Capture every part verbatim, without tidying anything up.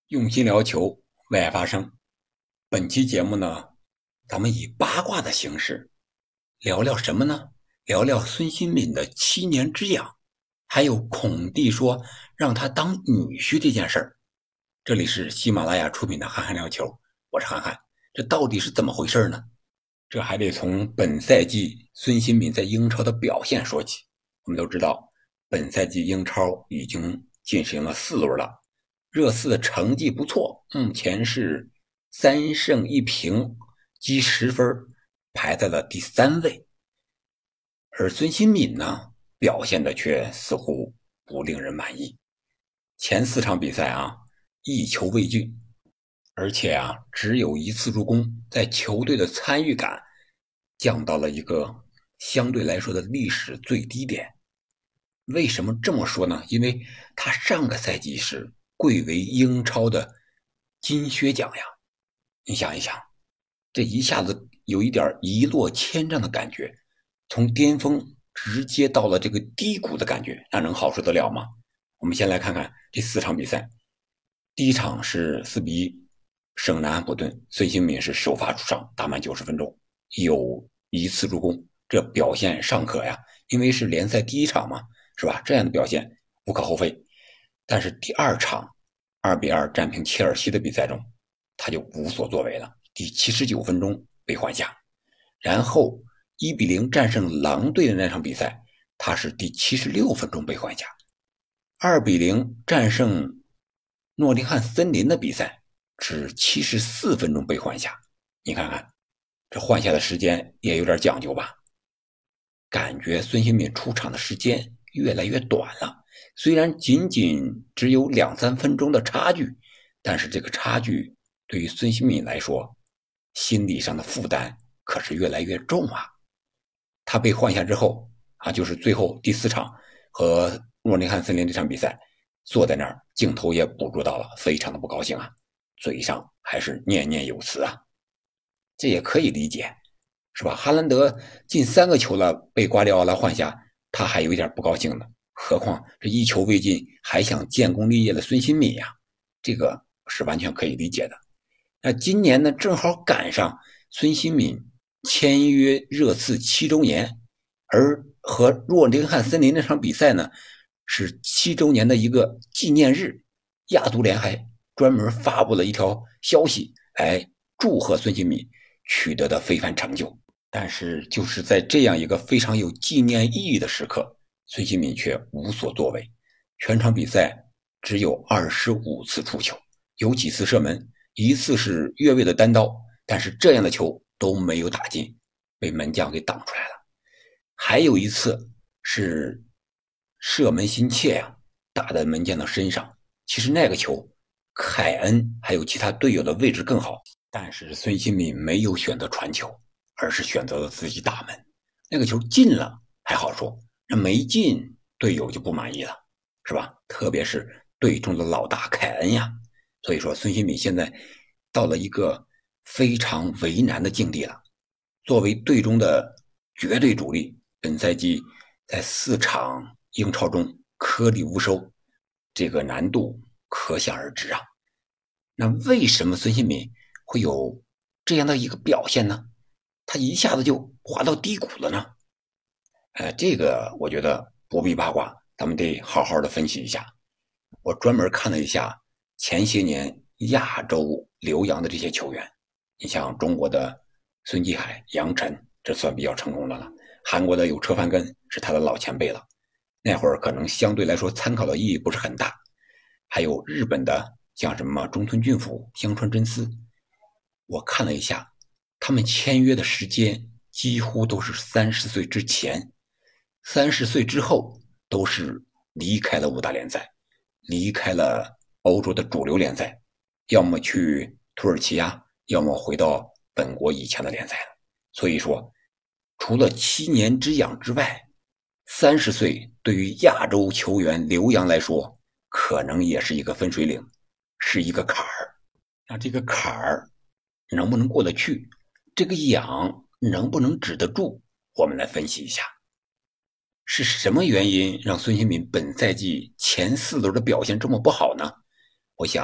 用心聊球，为爱发声。本期节目呢，咱们以八卦的形式聊聊什么呢？聊聊孙兴敏的七年之痒，还有孔蒂说让他当女婿这件事儿。这里是喜马拉雅出品的憨憨聊球，我是憨憨。这到底是怎么回事呢？这还得从本赛季孙兴敏在英超的表现说起。我们都知道，本赛季英超已经进行了四轮了。热刺的成绩不错，目前是三胜一平，积十分，排在了第三位。而孙兴敏呢，表现的却似乎不令人满意。前四场比赛啊，一球未进，而且啊，只有一次助攻，在球队的参与感降到了一个相对来说的历史最低点。为什么这么说呢？因为他上个赛季是贵为英超的金靴奖呀。你想一想，这一下子有一点一落千丈的感觉，从巅峰直接到了这个低谷的感觉，那能好受得了吗？我们先来看看这四场比赛。第一场是四比一胜南安普顿，孙兴敏是首发出场，打满九十分钟，有一次助攻，这表现尚可呀，因为是联赛第一场嘛，是吧？这样的表现无可厚非。但是第二场二比二战平切尔西的比赛中，他就无所作为了。第七十九分钟被换下，然后一比零战胜狼队的那场比赛，他是第七十六分钟被换下。二比零战胜诺丁汉森林的比赛是七十四分钟被换下。你看看，这换下的时间也有点讲究吧？感觉孙兴敏出场的时间越来越短了，虽然仅仅只有两三分钟的差距，但是这个差距对于孙兴敏来说，心理上的负担可是越来越重啊。他被换下之后啊，就是最后第四场和诺丁汉森林这场比赛，坐在那儿，镜头也捕捉到了，非常的不高兴啊，嘴上还是念念有词啊。这也可以理解，是吧？哈兰德进三个球了，被瓜迪奥拉换下，他还有一点不高兴呢。何况这一球未进，还想建功立业的孙兴敏呀，这个是完全可以理解的。那今年呢，正好赶上孙兴敏签约热刺七周年，而和诺丁汉森林那场比赛呢，是七周年的一个纪念日。亚足联还专门发布了一条消息来祝贺孙兴敏取得的非凡成就。但是就是在这样一个非常有纪念意义的时刻，孙兴敏却无所作为，全场比赛只有二十五次触球，有几次射门，一次是越位的单刀，但是这样的球都没有打进，被门将给挡出来了。还有一次是射门心切呀、啊，打在门将的身上。其实那个球，凯恩还有其他队友的位置更好，但是孙兴敏没有选择传球，而是选择了自己打门。那个球进了还好说，那没进，队友就不满意了，是吧？特别是队中的老大凯恩呀。所以说，孙兴敏现在到了一个非常为难的境地了。作为队中的绝对主力，本赛季在四场英超中颗粒无收，这个难度可想而知啊。那为什么孙兴敏会有这样的一个表现呢？他一下子就滑到低谷了呢？呃，这个我觉得不必八卦，咱们得好好的分析一下。我专门看了一下前些年亚洲留洋的这些球员，你像中国的孙继海、杨晨，这算比较成功的了。韩国的有车范根，是他的老前辈了，那会儿可能相对来说参考的意义不是很大。还有日本的像什么中村俊辅、香川真司，我看了一下，他们签约的时间几乎都是三十岁之前，三十岁之后都是离开了五大联赛，离开了欧洲的主流联赛，要么去土耳其啊，要么回到本国以前的联赛了。所以说，除了七年之痒之外，三十岁对于亚洲球员留洋来说，可能也是一个分水岭，是一个坎儿。那这个坎儿能不能过得去？这个痒能不能止得住？我们来分析一下，是什么原因让孙兴敏本赛季前四轮的表现这么不好呢？我想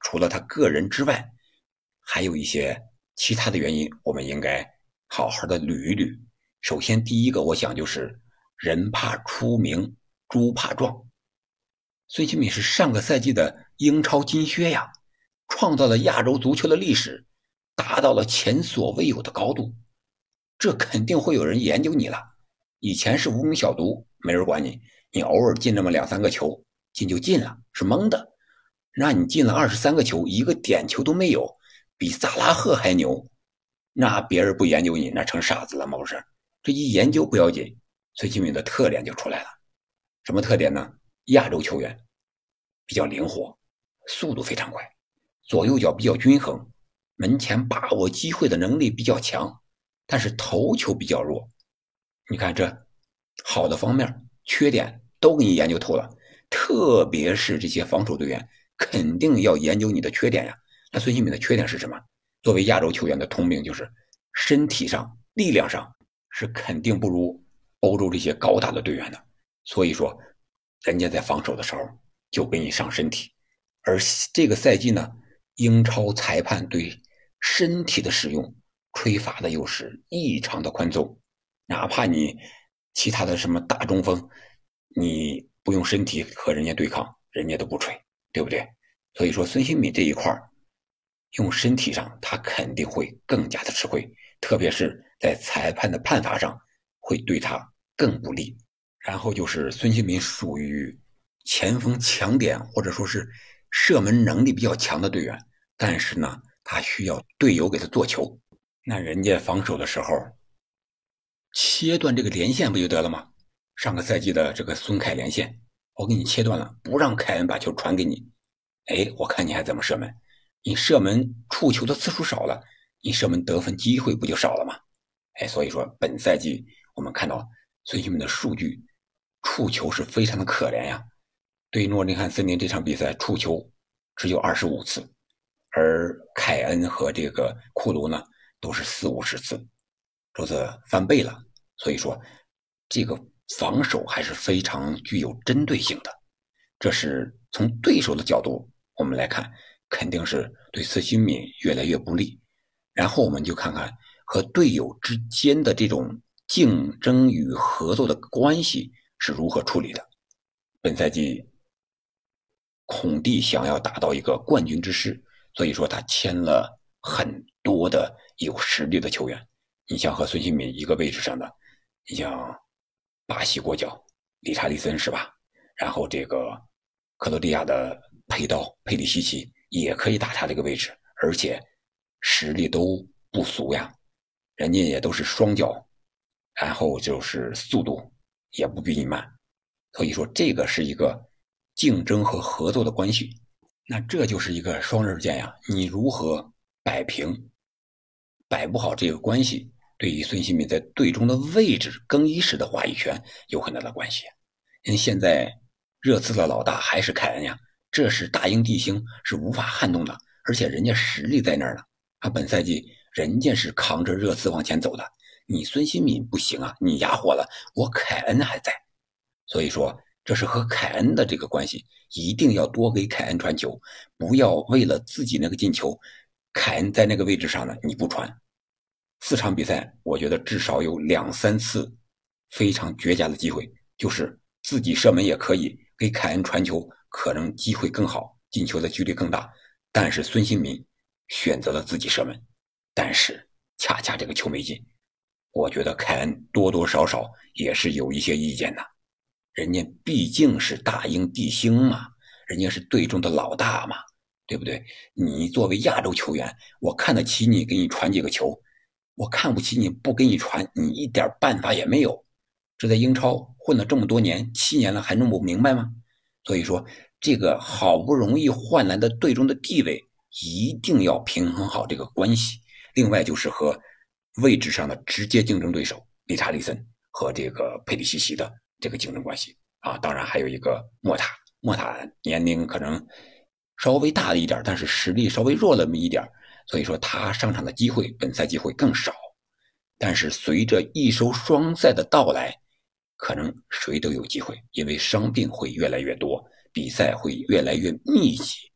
除了他个人之外，还有一些其他的原因，我们应该好好的捋一捋。首先第一个，我想就是人怕出名，猪怕壮。孙兴慜是上个赛季的英超金靴呀，创造了亚洲足球的历史，达到了前所未有的高度，这肯定会有人研究你了。以前是无名小卒，没人管你，你偶尔进那么两三个球，进就进了，是蒙的。那你进了二十三个球，一个点球都没有，比萨拉赫还牛，那别人不研究你，那成傻子了吗？不是，这一研究不要紧，孙兴慜的特点就出来了。什么特点呢？亚洲球员比较灵活，速度非常快，左右脚比较均衡，门前把握机会的能力比较强，但是头球比较弱。你看这好的方面缺点都给你研究透了，特别是这些防守队员肯定要研究你的缺点呀。那孙兴慜的缺点是什么？作为亚洲球员的通病就是身体上力量上是肯定不如欧洲这些高大的队员的，所以说人家在防守的时候就给你上身体。而这个赛季呢，英超裁判对身体的使用吹罚的又是异常的宽松，哪怕你其他的什么大中锋，你不用身体和人家对抗，人家都不吹，对不对？所以说孙兴慜这一块用身体上他肯定会更加的吃亏，特别是在裁判的判罚上会对他更不利。然后就是孙兴慜属于前锋强点或者说是射门能力比较强的队员，但是呢他需要队友给他做球，那人家防守的时候切断这个连线不就得了吗？上个赛季的这个孙凯连线我给你切断了，不让凯恩把球传给你，哎，我看你还怎么射门，你射门触球的次数少了，你射门得分机会不就少了吗？哎，所以说本赛季我们看到孙兴慜的数据触球是非常的可怜呀，对诺丁汉森林这场比赛触球只有二十五次，而凯恩和这个库卢呢都是四五十次，都是翻倍了。所以说这个防守还是非常具有针对性的，这是从对手的角度我们来看，肯定是对孙兴慜越来越不利。然后我们就看看和队友之间的这种竞争与合作的关系是如何处理的。本赛季孔蒂想要打造一个冠军之师，所以说他签了很多的有实力的球员。你像和孙兴慜一个位置上的，你像巴西国脚理查利森是吧？然后这个克罗地亚的佩刀佩里西奇也可以打他这个位置，而且实力都不俗呀，人家也都是双脚，然后就是速度也不比你慢，所以说这个是一个竞争和合作的关系。那这就是一个双刃剑呀，你如何摆平，摆不好这个关系，对于孙兴慜在队中的位置更衣室的话语权有很大的关系。因为现在热刺的老大还是凯恩呀，这是大英帝星，是无法撼动的，而且人家实力在那儿呢。啊，本赛季人家是扛着热刺往前走的，你孙兴慜不行啊，你哑火了，我凯恩还在。所以说这是和凯恩的这个关系，一定要多给凯恩传球，不要为了自己那个进球，凯恩在那个位置上呢你不传。四场比赛我觉得至少有两三次非常绝佳的机会，就是自己射门也可以，给凯恩传球可能机会更好，进球的几率更大，但是孙兴慜选择了自己射门，但是恰恰这个球没进。我觉得凯恩多多少少也是有一些意见的，人家毕竟是大英帝星嘛，人家是队中的老大嘛，对不对？你作为亚洲球员，我看得起你，给你传几个球，我看不起你，不给你传，你一点办法也没有。这在英超混了这么多年，七年了，还弄不明白吗？所以说这个好不容易换来的队中的地位，一定要平衡好这个关系。另外就是和位置上的直接竞争对手理查利森和这个佩里西奇的这个竞争关系啊，当然还有一个莫塔，莫塔年龄可能稍微大了一点，但是实力稍微弱了那么一点，所以说他上场的机会本赛季会更少。但是随着一收双赛的到来，可能谁都有机会，因为伤病会越来越多，比赛会越来越密集，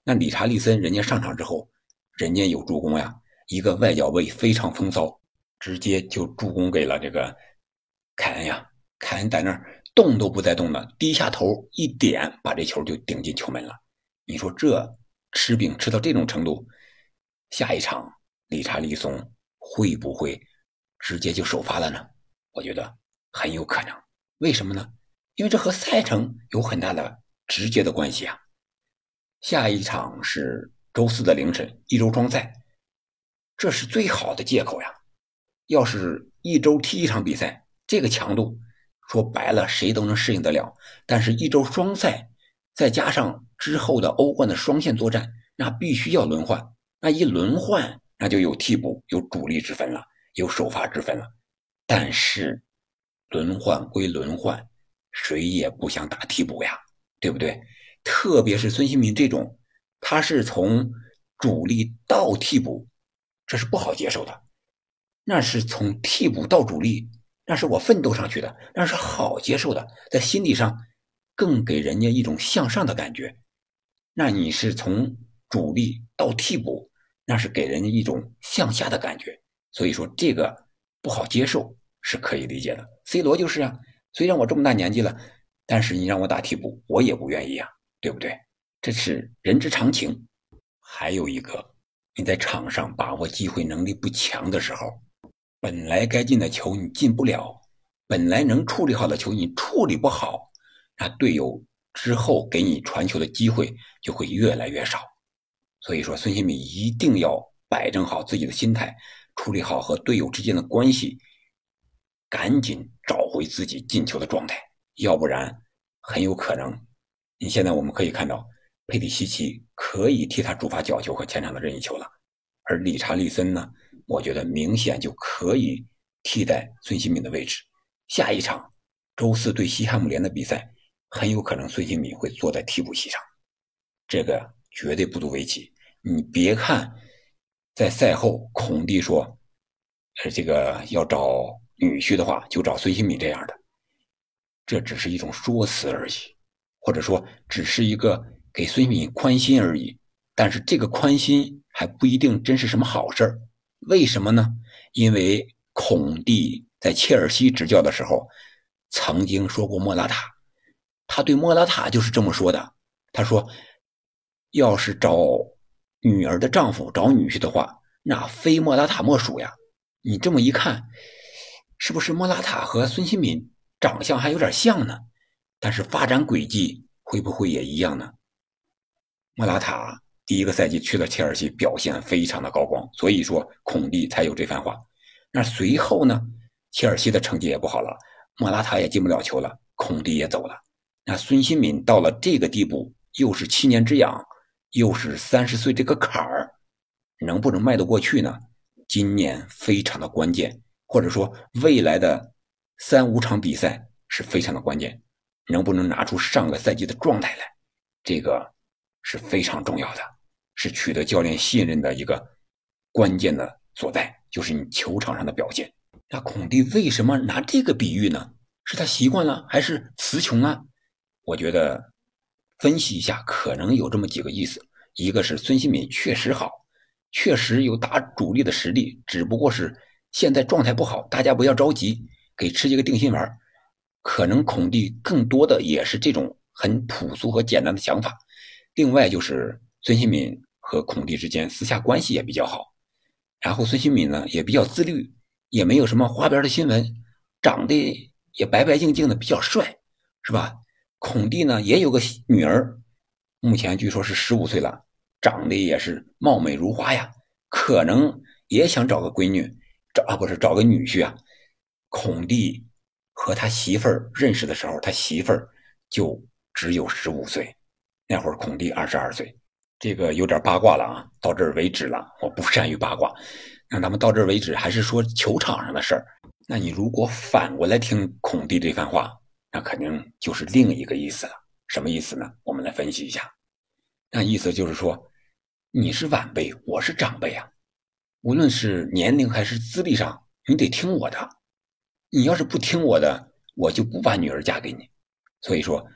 那理查利森人家上场之后，人家有助攻呀，一个外脚位非常风骚，直接就助攻给了这个凯恩呀。凯恩在那儿动都不带动的，低下头一点，把这球就顶进球门了。你说这吃饼吃到这种程度，下一场理查利松会不会直接就首发了呢？我觉得很有可能。为什么呢？因为这和赛程有很大的直接的关系啊。下一场是周四的凌晨，一周双赛，这是最好的借口呀。要是一周踢一场比赛，这个强度说白了谁都能适应得了，但是一周双赛再加上之后的欧冠的双线作战，那必须要轮换，那一轮换那就有替补有主力之分了，有首发之分了。但是轮换归轮换，谁也不想打替补呀，对不对？特别是孙兴民这种，他是从主力到替补，这是不好接受的。那是从替补到主力，那是我奋斗上去的，那是好接受的，在心理上更给人家一种向上的感觉。那你是从主力到替补，那是给人家一种向下的感觉，所以说这个不好接受是可以理解的。 C 罗就是啊，虽然我这么大年纪了，但是你让我打替补我也不愿意啊，对不对？这是人之常情。还有一个，你在场上把握机会能力不强的时候，本来该进的球你进不了，本来能处理好的球你处理不好，那队友之后给你传球的机会就会越来越少。所以说孙兴慜一定要摆正好自己的心态，处理好和队友之间的关系，赶紧找回自己进球的状态，要不然很有可能，你现在我们可以看到佩里西奇可以替他主罚角球和前场的任意球了，而理查利森呢，我觉得明显就可以替代孙兴慜的位置。下一场周四对西汉姆联的比赛，很有可能孙兴慜会坐在替补席上，这个绝对不足为奇。你别看在赛后孔蒂说，呃，这个要找女婿的话就找孙兴慜这样的，这只是一种说辞而已，或者说只是一个给孙兴慜宽心而已。但是这个宽心还不一定真是什么好事。为什么呢？因为孔蒂在切尔西执教的时候曾经说过莫拉塔，他对莫拉塔就是这么说的，他说要是找女儿的丈夫找女婿的话，那非莫拉塔莫属呀。你这么一看，是不是莫拉塔和孙兴慜长相还有点像呢？但是发展轨迹会不会也一样呢？莫拉塔第一个赛季去了切尔西，表现非常的高光，所以说孔蒂才有这番话。那随后呢，切尔西的成绩也不好了，莫拉塔也进不了球了，孔蒂也走了。那孙兴慜到了这个地步，又是七年之痒，又是三十岁这个坎儿，能不能迈得过去呢？今年非常的关键，或者说未来的三五场比赛是非常的关键，能不能拿出上个赛季的状态来，这个是非常重要的，是取得教练信任的一个关键的所在，就是你球场上的表现。那孔蒂为什么拿这个比喻呢？是他习惯了还是词穷啊？我觉得分析一下可能有这么几个意思。一个是孙兴慜确实好，确实有打主力的实力，只不过是现在状态不好，大家不要着急，给吃一个定心丸。可能孔蒂更多的也是这种很朴素和简单的想法。另外就是孙兴慜和孔蒂之间私下关系也比较好，然后孙兴慜呢也比较自律，也没有什么花边的新闻，长得也白白净净的，比较帅，是吧？孔蒂呢也有个女儿，目前据说是十五岁了，长得也是貌美如花呀，可能也想找个闺女，找啊不是找个女婿啊。孔蒂和他媳妇儿认识的时候，他媳妇儿就只有十五岁，那会儿孔蒂二十二岁。这个有点八卦了啊，到这儿为止了，我不善于八卦，让咱们到这儿为止，还是说球场上的事儿。那你如果反过来听孔蒂这番话，那肯定就是另一个意思了。什么意思呢？我们来分析一下。那意思就是说，你是晚辈，我是长辈啊，无论是年龄还是资历上，你得听我的。你要是不听我的，我就不把女儿嫁给你。所以说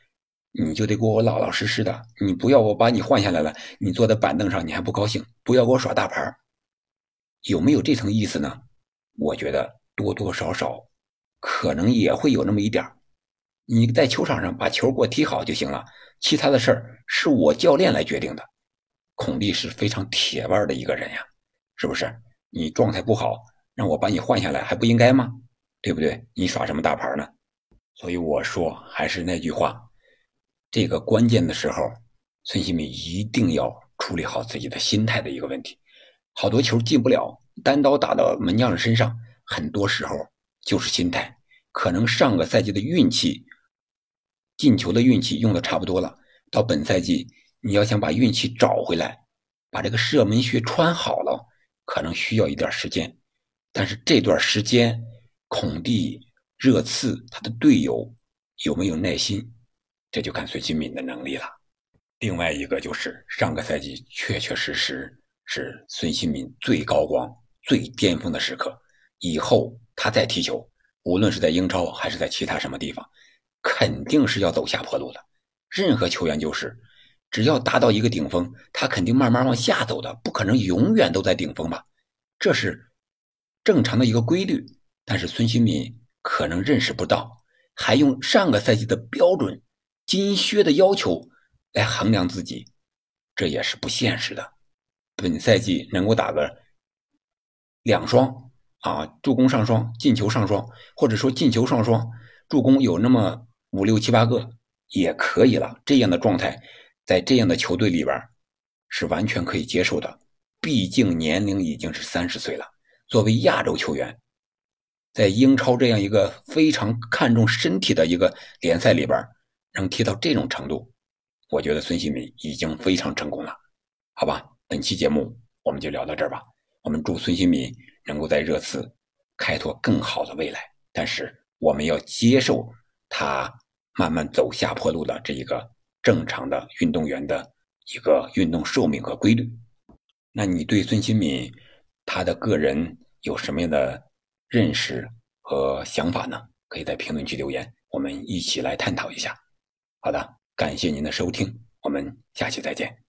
你就得给我老老实实的，你不要我把你换下来了，你坐在板凳上你还不高兴，不要给我耍大牌，有没有这层意思呢？我觉得多多少少可能也会有那么一点。你在球场上把球给我踢好就行了，其他的事儿是我教练来决定的。孔蒂是非常铁腕的一个人呀，是不是？你状态不好，让我把你换下来还不应该吗？对不对？你耍什么大牌呢？所以我说还是那句话，这个关键的时候，孙兴慜一定要处理好自己的心态的一个问题。好多球进不了，单刀打到门将身上，很多时候就是心态。可能上个赛季的运气，进球的运气用的差不多了，到本赛季你要想把运气找回来，把这个射门靴穿好了，可能需要一点时间。但是这段时间，孔蒂、热刺他的队友有没有耐心，这就看孙兴慜的能力了。另外一个就是上个赛季确确实实是孙兴慜最高光、最巅峰的时刻，以后他再踢球，无论是在英超还是在其他什么地方，肯定是要走下坡路的。任何球员就是，只要达到一个顶峰，他肯定慢慢往下走的，不可能永远都在顶峰吧？这是正常的一个规律。但是孙兴慜可能认识不到，还用上个赛季的标准、金靴的要求来衡量自己，这也是不现实的。本赛季能够打个两双啊，助攻上双，进球上双，或者说进球上双，助攻有那么五六七八个也可以了。这样的状态，在这样的球队里边是完全可以接受的。毕竟年龄已经是三十岁了，作为亚洲球员，在英超这样一个非常看重身体的一个联赛里边，能踢到这种程度，我觉得孙兴慜已经非常成功了。好吧，本期节目我们就聊到这儿吧。我们祝孙兴慜能够在热刺开拓更好的未来，但是我们要接受他慢慢走下坡路的这一个正常的运动员的一个运动寿命和规律。那你对孙兴慜他的个人有什么样的认识和想法呢？可以在评论区留言，我们一起来探讨一下。好的，感谢您的收听，我们下期再见。